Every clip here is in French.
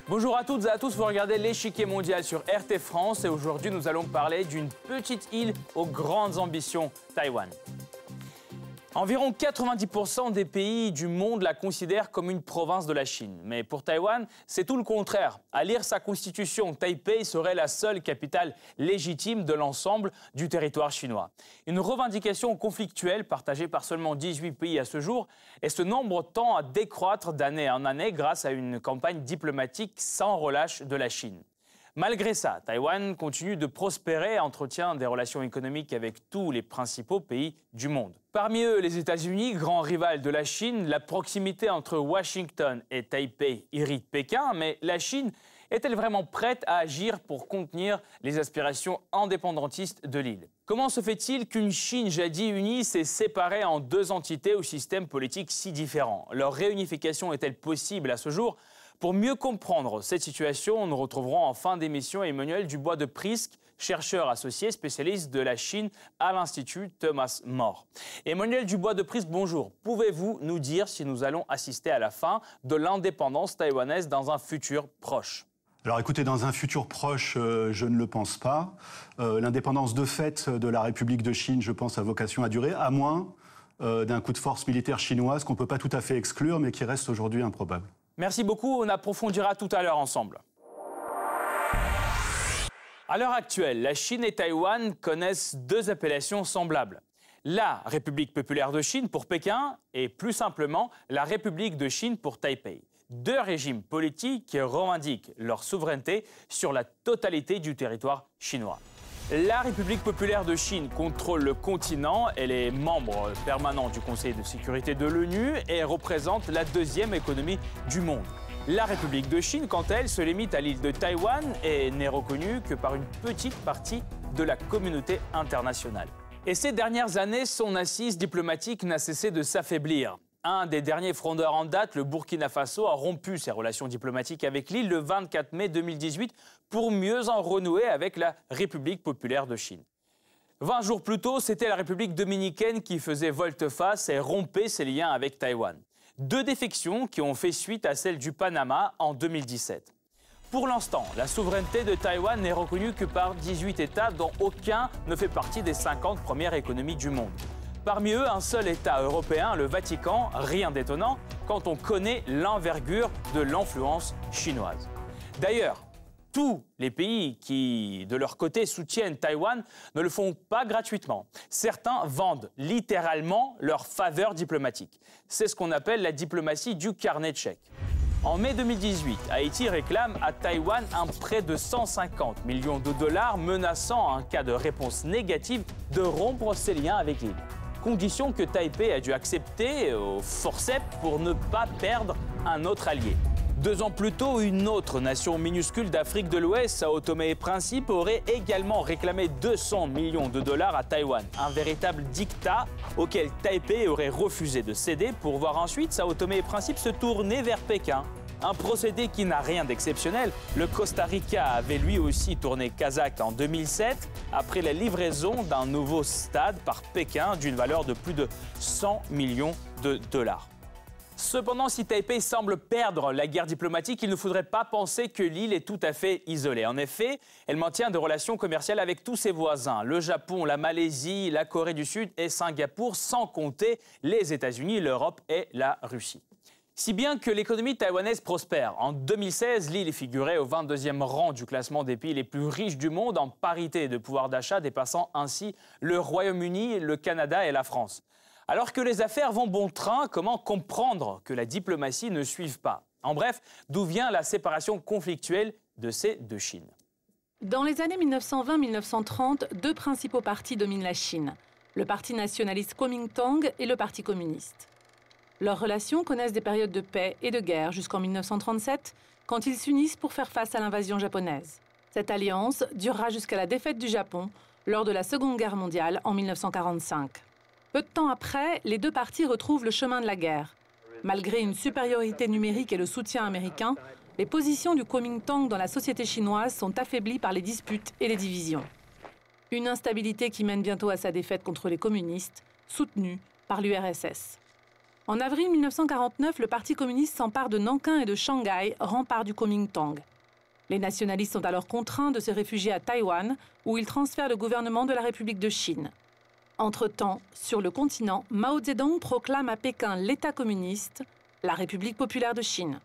Bonjour à toutes et à tous, vous regardez l'échiquier mondial sur RT France et aujourd'hui nous allons parler d'une petite île aux grandes ambitions, Taïwan. Environ 90% des pays du monde la considèrent comme une province de la Chine. Mais pour Taïwan, c'est tout le contraire. À lire sa constitution, Taipei serait la seule capitale légitime de l'ensemble du territoire chinois. Une revendication conflictuelle partagée par seulement 18 pays à ce jour, et ce nombre tend à décroître d'année en année grâce à une campagne diplomatique sans relâche de la Chine. Malgré ça, Taïwan continue de prospérer et entretient des relations économiques avec tous les principaux pays du monde. Parmi eux, les États-Unis, grand rival de la Chine, la proximité entre Washington et Taipei irrite Pékin, mais la Chine est-elle vraiment prête à agir pour contenir les aspirations indépendantistes de l'île? Comment se fait-il qu'une Chine jadis unie s'est séparée en deux entités au système politique si différent? Leur réunification est-elle possible à ce jour? Pour mieux comprendre cette situation, nous retrouverons en fin d'émission Emmanuel Dubois de Prisque, chercheur associé spécialiste de la Chine à l'Institut Thomas More. Emmanuel Dubois de Prisque, bonjour. Pouvez-vous nous dire si nous allons assister à la fin de l'indépendance taïwanaise dans un futur proche? Alors écoutez, dans un futur proche, je ne le pense pas. L'indépendance de fait de la République de Chine, je pense, a vocation à durer, à moins d'un coup de force militaire chinoise qu'on ne peut pas tout à fait exclure, mais qui reste aujourd'hui improbable. Merci beaucoup, on approfondira tout à l'heure ensemble. À l'heure actuelle, la Chine et Taïwan connaissent deux appellations semblables. La République populaire de Chine pour Pékin et plus simplement la République de Chine pour Taipei. Deux régimes politiques qui revendiquent leur souveraineté sur la totalité du territoire chinois. La République populaire de Chine contrôle le continent, elle est membre permanent du Conseil de sécurité de l'ONU et représente la deuxième économie du monde. La République de Chine, quant à elle, se limite à l'île de Taïwan et n'est reconnue que par une petite partie de la communauté internationale. Et ces dernières années, son assise diplomatique n'a cessé de s'affaiblir. Un des derniers frondeurs en date, le Burkina Faso, a rompu ses relations diplomatiques avec l'île le 24 mai 2018 pour mieux en renouer avec la République populaire de Chine. 20 jours plus tôt, c'était la République dominicaine qui faisait volte-face et rompait ses liens avec Taïwan. Deux défections qui ont fait suite à celle du Panama en 2017. Pour l'instant, la souveraineté de Taïwan n'est reconnue que par 18 États dont aucun ne fait partie des 50 premières économies du monde. Parmi eux, un seul État européen, le Vatican, rien d'étonnant quand on connaît l'envergure de l'influence chinoise. D'ailleurs, tous les pays qui, de leur côté, soutiennent Taïwan ne le font pas gratuitement. Certains vendent littéralement leur faveur diplomatique. C'est ce qu'on appelle la diplomatie du carnet de chèques. En mai 2018, Haïti réclame à Taïwan un prêt de 150 millions de dollars menaçant, en cas de réponse négative, de rompre ses liens avec l'île. Condition que Taipei a dû accepter au forceps pour ne pas perdre un autre allié. 2 ans plus tôt, une autre nation minuscule d'Afrique de l'Ouest, Sao Tomé et Principe, aurait également réclamé 200 millions de dollars à Taïwan. Un véritable diktat auquel Taipei aurait refusé de céder pour voir ensuite Sao Tomé et Principe se tourner vers Pékin. Un procédé qui n'a rien d'exceptionnel. Le Costa Rica avait lui aussi tourné kazakh en 2007 après la livraison d'un nouveau stade par Pékin d'une valeur de plus de 100 millions de dollars. Cependant, si Taipei semble perdre la guerre diplomatique, il ne faudrait pas penser que l'île est tout à fait isolée. En effet, elle maintient des relations commerciales avec tous ses voisins, le Japon, la Malaisie, la Corée du Sud et Singapour, sans compter les États-Unis, l'Europe et la Russie. Si bien que l'économie taïwanaise prospère. En 2016, l'île figurait au 22e rang du classement des pays les plus riches du monde en parité de pouvoir d'achat, dépassant ainsi le Royaume-Uni, le Canada et la France. Alors que les affaires vont bon train, comment comprendre que la diplomatie ne suive pas? En bref, d'où vient la séparation conflictuelle de ces deux Chines? Dans les années 1920-1930, deux principaux partis dominent la Chine, le parti nationaliste Kuomintang et le parti communiste. Leurs relations connaissent des périodes de paix et de guerre jusqu'en 1937, quand ils s'unissent pour faire face à l'invasion japonaise. Cette alliance durera jusqu'à la défaite du Japon lors de la Seconde Guerre mondiale en 1945. Peu de temps après, les deux partis retrouvent le chemin de la guerre. Malgré une supériorité numérique et le soutien américain, les positions du Kuomintang dans la société chinoise sont affaiblies par les disputes et les divisions. Une instabilité qui mène bientôt à sa défaite contre les communistes, soutenue par l'URSS. En avril 1949, le Parti communiste s'empare de Nankin et de Shanghai, rempart du Kuomintang. Les nationalistes sont alors contraints de se réfugier à Taïwan, où ils transfèrent le gouvernement de la République de Chine. Entre-temps, sur le continent, Mao Zedong proclame à Pékin l'État communiste, la République populaire de Chine.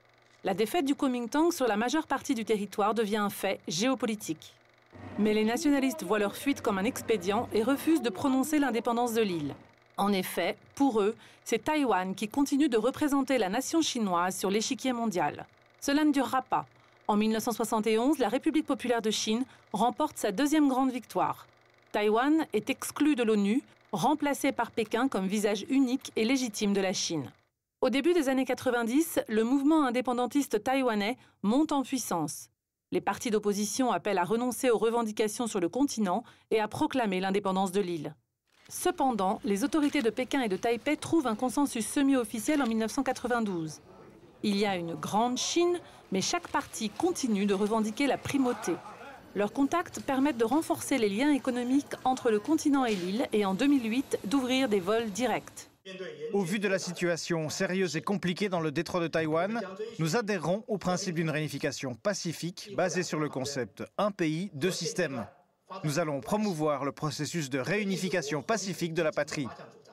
La défaite du Kuomintang sur la majeure partie du territoire devient un fait géopolitique. Mais les nationalistes voient leur fuite comme un expédient et refusent de prononcer l'indépendance de l'île. En effet, pour eux, c'est Taïwan qui continue de représenter la nation chinoise sur l'échiquier mondial. Cela ne durera pas. En 1971, la République populaire de Chine remporte sa deuxième grande victoire. Taïwan est exclu de l'ONU, remplacé par Pékin comme visage unique et légitime de la Chine. Au début des années 90, le mouvement indépendantiste taïwanais monte en puissance. Les partis d'opposition appellent à renoncer aux revendications sur le continent et à proclamer l'indépendance de l'île. Cependant, les autorités de Pékin et de Taipei trouvent un consensus semi-officiel en 1992. Il y a une grande Chine, mais chaque parti continue de revendiquer la primauté. Leurs contacts permettent de renforcer les liens économiques entre le continent et l'île et en 2008, d'ouvrir des vols directs. Au vu de la situation sérieuse et compliquée dans le détroit de Taïwan, nous adhérons au principe d'une réunification pacifique basée sur le concept « un pays, deux systèmes ». Nous allons promouvoir le processus de réunification pacifique de la patrie.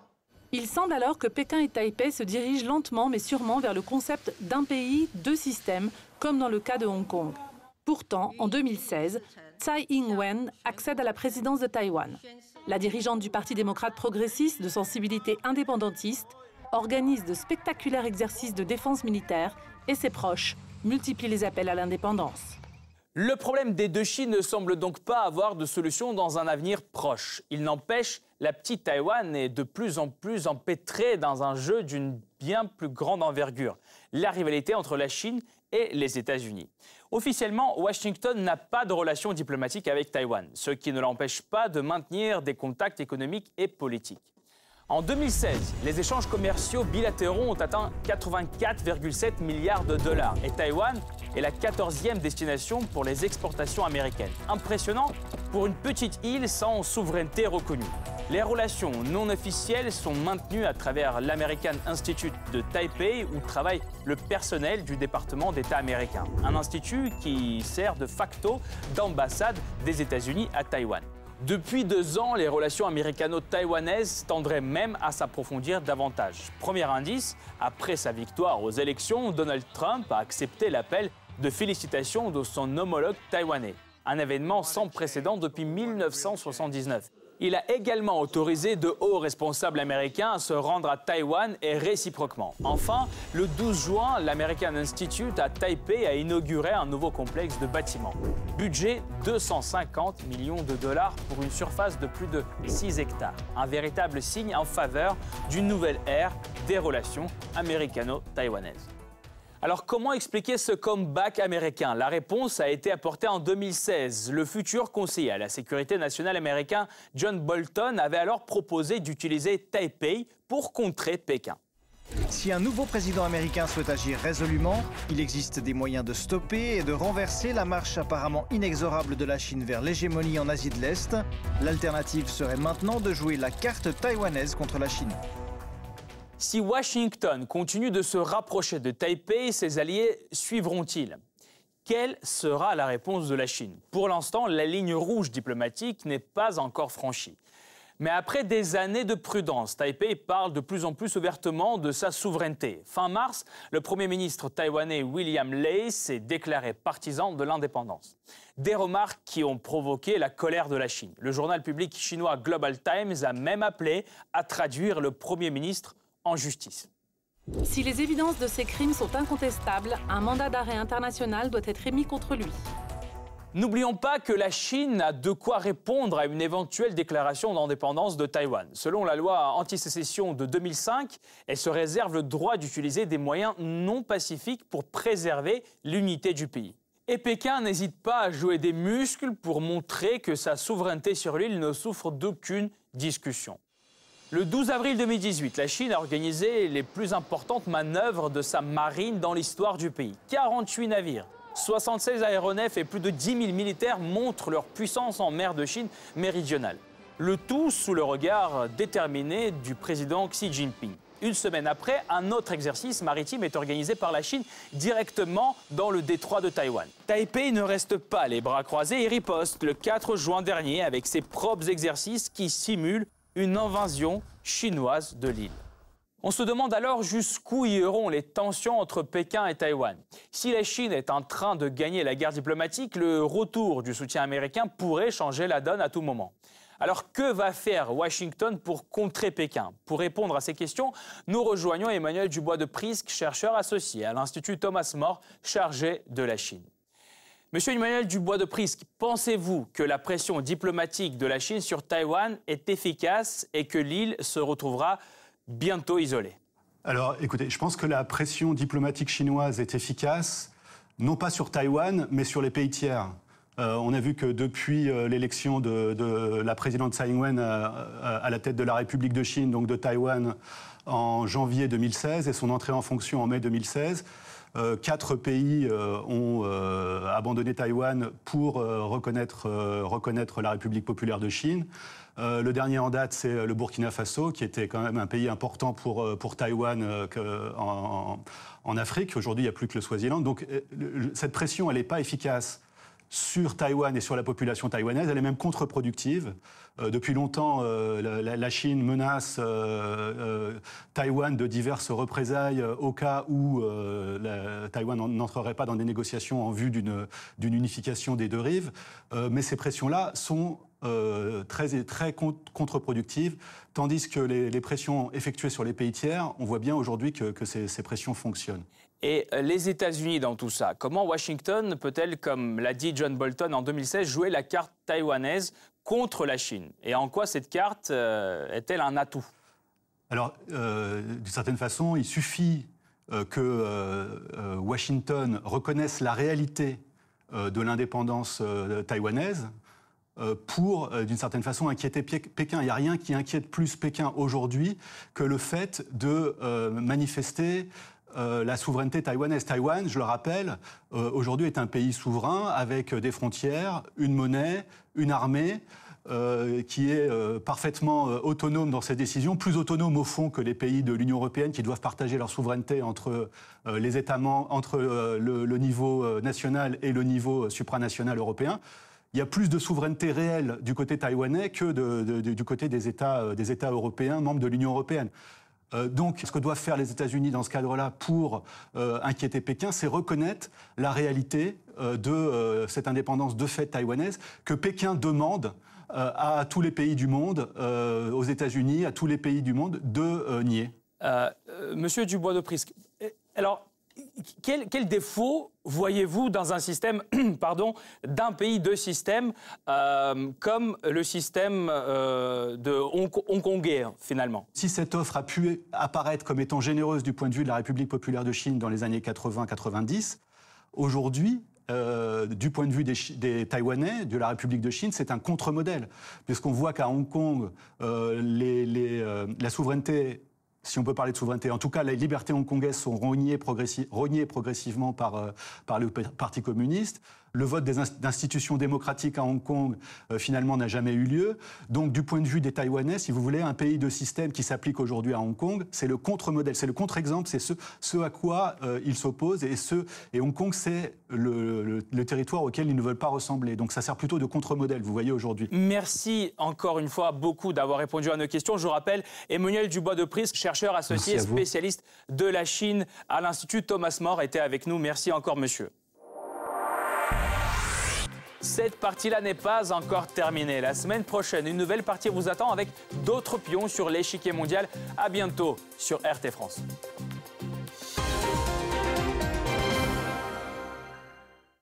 Il semble alors que Pékin et Taipei se dirigent lentement mais sûrement vers le concept d'un pays, deux systèmes, comme dans le cas de Hong Kong. Pourtant, en 2016, Tsai Ing-wen accède à la présidence de Taïwan. La dirigeante du Parti démocrate progressiste de sensibilité indépendantiste organise de spectaculaires exercices de défense militaire et ses proches multiplient les appels à l'indépendance. Le problème des deux Chines ne semble donc pas avoir de solution dans un avenir proche. Il n'empêche, la petite Taïwan est de plus en plus empêtrée dans un jeu d'une bien plus grande envergure, la rivalité entre la Chine et les États-Unis. Officiellement, Washington n'a pas de relations diplomatiques avec Taïwan, ce qui ne l'empêche pas de maintenir des contacts économiques et politiques. En 2016, les échanges commerciaux bilatéraux ont atteint 84,7 milliards de dollars et Taïwan est la 14e destination pour les exportations américaines. Impressionnant pour une petite île sans souveraineté reconnue. Les relations non officielles sont maintenues à travers l'American Institute de Taipei où travaille le personnel du département d'État américain. Un institut qui sert de facto d'ambassade des États-Unis à Taïwan. Depuis 2 ans, les relations américano-taïwanaises tendraient même à s'approfondir davantage. Premier indice, après sa victoire aux élections, Donald Trump a accepté l'appel de félicitations de son homologue taïwanais. Un événement sans précédent depuis 1979. Il a également autorisé de hauts responsables américains à se rendre à Taïwan et réciproquement. Enfin, le 12 juin, l'American Institute à Taipei a inauguré un nouveau complexe de bâtiments. Budget 250 millions de dollars pour une surface de plus de 6 hectares. Un véritable signe en faveur d'une nouvelle ère des relations américano-taïwanaises. Alors comment expliquer ce comeback américain? La réponse a été apportée en 2016. Le futur conseiller à la sécurité nationale américain John Bolton avait alors proposé d'utiliser Taipei pour contrer Pékin. Si un nouveau président américain souhaite agir résolument, il existe des moyens de stopper et de renverser la marche apparemment inexorable de la Chine vers l'hégémonie en Asie de l'Est. L'alternative serait maintenant de jouer la carte taïwanaise contre la Chine. Si Washington continue de se rapprocher de Taipei, ses alliés suivront-ils? Quelle sera la réponse de la Chine? Pour l'instant, la ligne rouge diplomatique n'est pas encore franchie. Mais après des années de prudence, Taipei parle de plus en plus ouvertement de sa souveraineté. Fin mars, le Premier ministre taïwanais William Lai s'est déclaré partisan de l'indépendance. Des remarques qui ont provoqué la colère de la Chine. Le journal public chinois Global Times a même appelé à traduire le Premier ministre en justice. Si les évidences de ces crimes sont incontestables, un mandat d'arrêt international doit être émis contre lui. N'oublions pas que la Chine a de quoi répondre à une éventuelle déclaration d'indépendance de Taïwan. Selon la loi anti-sécession de 2005, elle se réserve le droit d'utiliser des moyens non pacifiques pour préserver l'unité du pays. Et Pékin n'hésite pas à jouer des muscles pour montrer que sa souveraineté sur l'île ne souffre d'aucune discussion. Le 12 avril 2018, la Chine a organisé les plus importantes manœuvres de sa marine dans l'histoire du pays. 48 navires, 76 aéronefs et plus de 10 000 militaires montrent leur puissance en mer de Chine méridionale. Le tout sous le regard déterminé du président Xi Jinping. une semaine après, un autre exercice maritime est organisé par la Chine directement dans le détroit de Taïwan. Taipei ne reste pas les bras croisés et riposte le 4 juin dernier avec ses propres exercices qui simulent une invasion chinoise de l'île. On se demande alors jusqu'où iront les tensions entre Pékin et Taïwan. Si la Chine est en train de gagner la guerre diplomatique, le retour du soutien américain pourrait changer la donne à tout moment. Alors que va faire Washington pour contrer Pékin? Pour répondre à ces questions, nous rejoignons Emmanuel Dubois de Prisque, chercheur associé à l'Institut Thomas More, chargé de la Chine. Monsieur Emmanuel Dubois de Prisque, pensez-vous que la pression diplomatique de la Chine sur Taïwan est efficace et que l'île se retrouvera bientôt isolée? Alors, écoutez, je pense que la pression diplomatique chinoise est efficace, non pas sur Taïwan, mais sur les pays tiers. On a vu que depuis l'élection de la présidente Tsai Ing-wen à la tête de la République de Chine, donc de Taïwan, en janvier 2016 et son entrée en fonction en mai 2016, 4 pays ont abandonné Taïwan pour reconnaître la République populaire de Chine. Le dernier en date, c'est le Burkina Faso, qui était quand même un pays important pour Taïwan en Afrique. Aujourd'hui, il n'y a plus que le Swaziland. Donc cette pression, elle n'est pas efficace sur Taïwan et sur la population taïwanaise, elle est même contre-productive. Depuis longtemps, la Chine menace Taïwan de diverses représailles au cas où Taïwan n'entrerait pas dans des négociations en vue d'une unification des deux rives. Mais ces pressions-là sont très contre-productives, tandis que les pressions effectuées sur les pays tiers, on voit bien aujourd'hui que ces pressions fonctionnent. Et les États-Unis dans tout ça, comment Washington peut-elle, comme l'a dit John Bolton en 2016, jouer la carte taïwanaise contre la Chine? Et en quoi cette carte est-elle un atout? Alors, d'une certaine façon, il suffit que Washington reconnaisse la réalité de l'indépendance taïwanaise pour, d'une certaine façon, inquiéter Pékin. Il n'y a rien qui inquiète plus Pékin aujourd'hui que le fait de manifester la souveraineté taïwanaise. Taïwan, je le rappelle, aujourd'hui est un pays souverain avec des frontières, une monnaie, une armée qui est parfaitement autonome dans ses décisions, plus autonome au fond que les pays de l'Union européenne qui doivent partager leur souveraineté entre les États membres, entre le niveau national et le niveau supranational européen. Il y a plus de souveraineté réelle du côté taïwanais que du côté des États européens, membres de l'Union européenne. Donc, ce que doivent faire les États-Unis dans ce cadre-là pour inquiéter Pékin, c'est reconnaître la réalité de cette indépendance de fait taïwanaise que Pékin demande à tous les pays du monde, aux États-Unis, à tous les pays du monde, de nier. Monsieur Dubois de Prisque, alors, quel défaut voyez-vous dans un système, d'un pays, deux systèmes, comme le système de hongkongais, finalement? Si cette offre a pu apparaître comme étant généreuse du point de vue de la République populaire de Chine dans les années 80-90, aujourd'hui, du point de vue des Taïwanais, de la République de Chine, c'est un contre-modèle. Puisqu'on voit qu'à Hong Kong, la souveraineté, si on peut parler de souveraineté, en tout cas, les libertés hongkongaises sont rognées progressivement par le Parti communiste. Le vote des institutions démocratiques à Hong Kong, finalement, n'a jamais eu lieu. Donc, du point de vue des Taïwanais, si vous voulez, un pays de système qui s'applique aujourd'hui à Hong Kong, c'est le contre-modèle, c'est le contre-exemple, c'est ce à quoi ils s'opposent. Et Hong Kong, c'est le territoire auquel ils ne veulent pas ressembler. Donc, ça sert plutôt de contre-modèle, vous voyez, aujourd'hui. Merci encore une fois beaucoup d'avoir répondu à nos questions. Je vous rappelle, Emmanuel Dubois de Prisque, chercheur associé spécialiste de la Chine à l'Institut Thomas More, était avec nous. Merci encore, monsieur. Cette partie-là n'est pas encore terminée. La semaine prochaine, une nouvelle partie vous attend avec d'autres pions sur l'échiquier mondial. À bientôt sur RT France.